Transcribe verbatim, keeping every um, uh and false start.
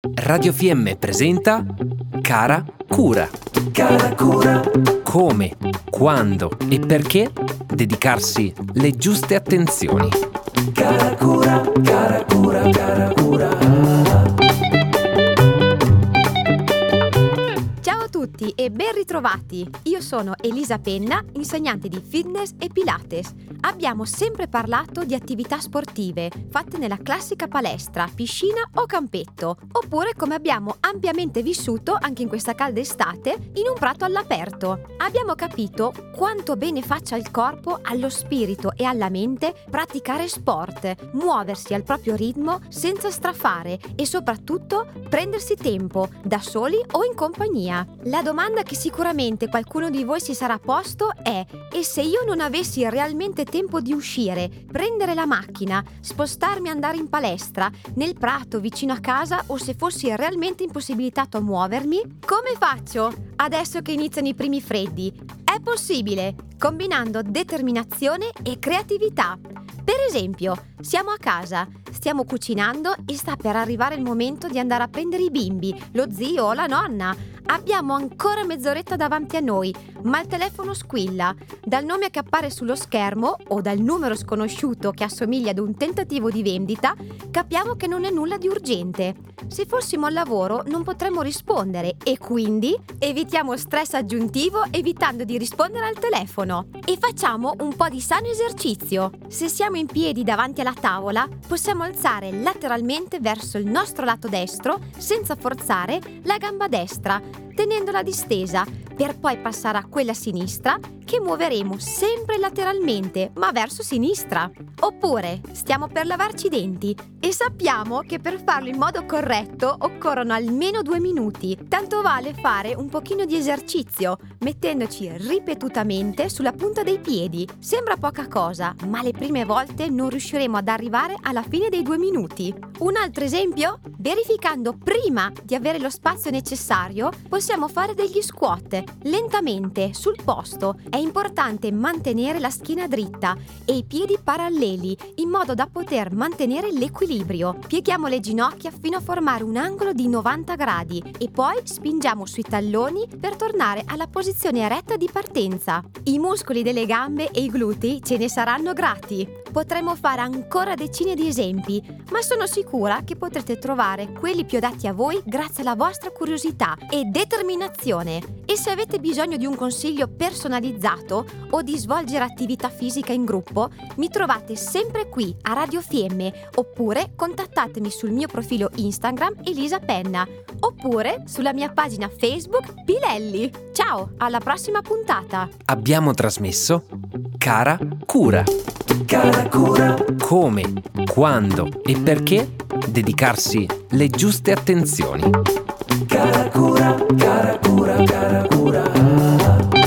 Radio F M presenta Cara Cura. Cara Cura. Come, quando e perché dedicarsi le giuste attenzioni. Cara Cura, cara cura, cara cura. Ciao a tutti e ben ritrovati! Io sono Elisa Penna, insegnante di fitness e Pilates. Abbiamo sempre parlato di attività sportive fatte nella classica palestra, piscina o campetto, oppure come abbiamo ampiamente vissuto anche in questa calda estate in un prato all'aperto. Abbiamo capito quanto bene faccia al corpo, allo spirito e alla mente praticare sport, muoversi al proprio ritmo senza strafare e soprattutto prendersi tempo, da soli o in compagnia. La domanda che sicuramente qualcuno di voi si sarà posto è: e se io non avessi realmente tempo di uscire, prendere la macchina, spostarmi e andare in palestra, nel prato vicino a casa, o se fossi realmente impossibilitato a muovermi? Come faccio adesso che iniziano i primi freddi? È possibile, combinando determinazione e creatività. Per esempio, siamo a casa, stiamo cucinando e sta per arrivare il momento di andare a prendere i bimbi, lo zio o la nonna. Abbiamo ancora mezz'oretta davanti a noi, ma il telefono squilla. Dal nome che appare sullo schermo o dal numero sconosciuto che assomiglia ad un tentativo di vendita, capiamo che non è nulla di urgente. Se fossimo al lavoro non potremmo rispondere e quindi evitiamo stress aggiuntivo evitando di rispondere al telefono. E facciamo un po' di sano esercizio. Se siamo in piedi davanti alla tavola, possiamo alzare lateralmente verso il nostro lato destro senza forzare la gamba destra, tenendola distesa, per poi passare a quella sinistra che muoveremo sempre lateralmente, ma verso sinistra. Oppure stiamo per lavarci i denti e sappiamo che per farlo in modo corretto occorrono almeno due minuti. Tanto vale fare un pochino di esercizio, mettendoci ripetutamente sulla punta dei piedi. Sembra poca cosa, ma le prime volte non riusciremo ad arrivare alla fine dei due minuti. Un altro esempio? Verificando prima di avere lo spazio necessario, possiamo fare degli squat lentamente sul posto. È importante mantenere la schiena dritta e i piedi paralleli in modo da poter mantenere l'equilibrio. Pieghiamo le ginocchia fino a formare un angolo di novanta gradi e poi spingiamo sui talloni per tornare alla posizione eretta di partenza. I muscoli delle gambe e i glutei ce ne saranno grati. Potremmo fare ancora decine di esempi, ma sono sicura che potrete trovare quelli più adatti a voi grazie alla vostra curiosità e determinazione. E se avete bisogno di un consiglio personalizzato o di svolgere attività fisica in gruppo, mi trovate sempre qui a Radio F M, oppure contattatemi sul mio profilo Instagram Elisa Penna, oppure sulla mia pagina Facebook Pilelli. Ciao, alla prossima puntata! Abbiamo trasmesso Cara Cura. Cara Cura. Come, quando e perché dedicarsi le giuste attenzioni. Cara Cura, cara cura, cara cura.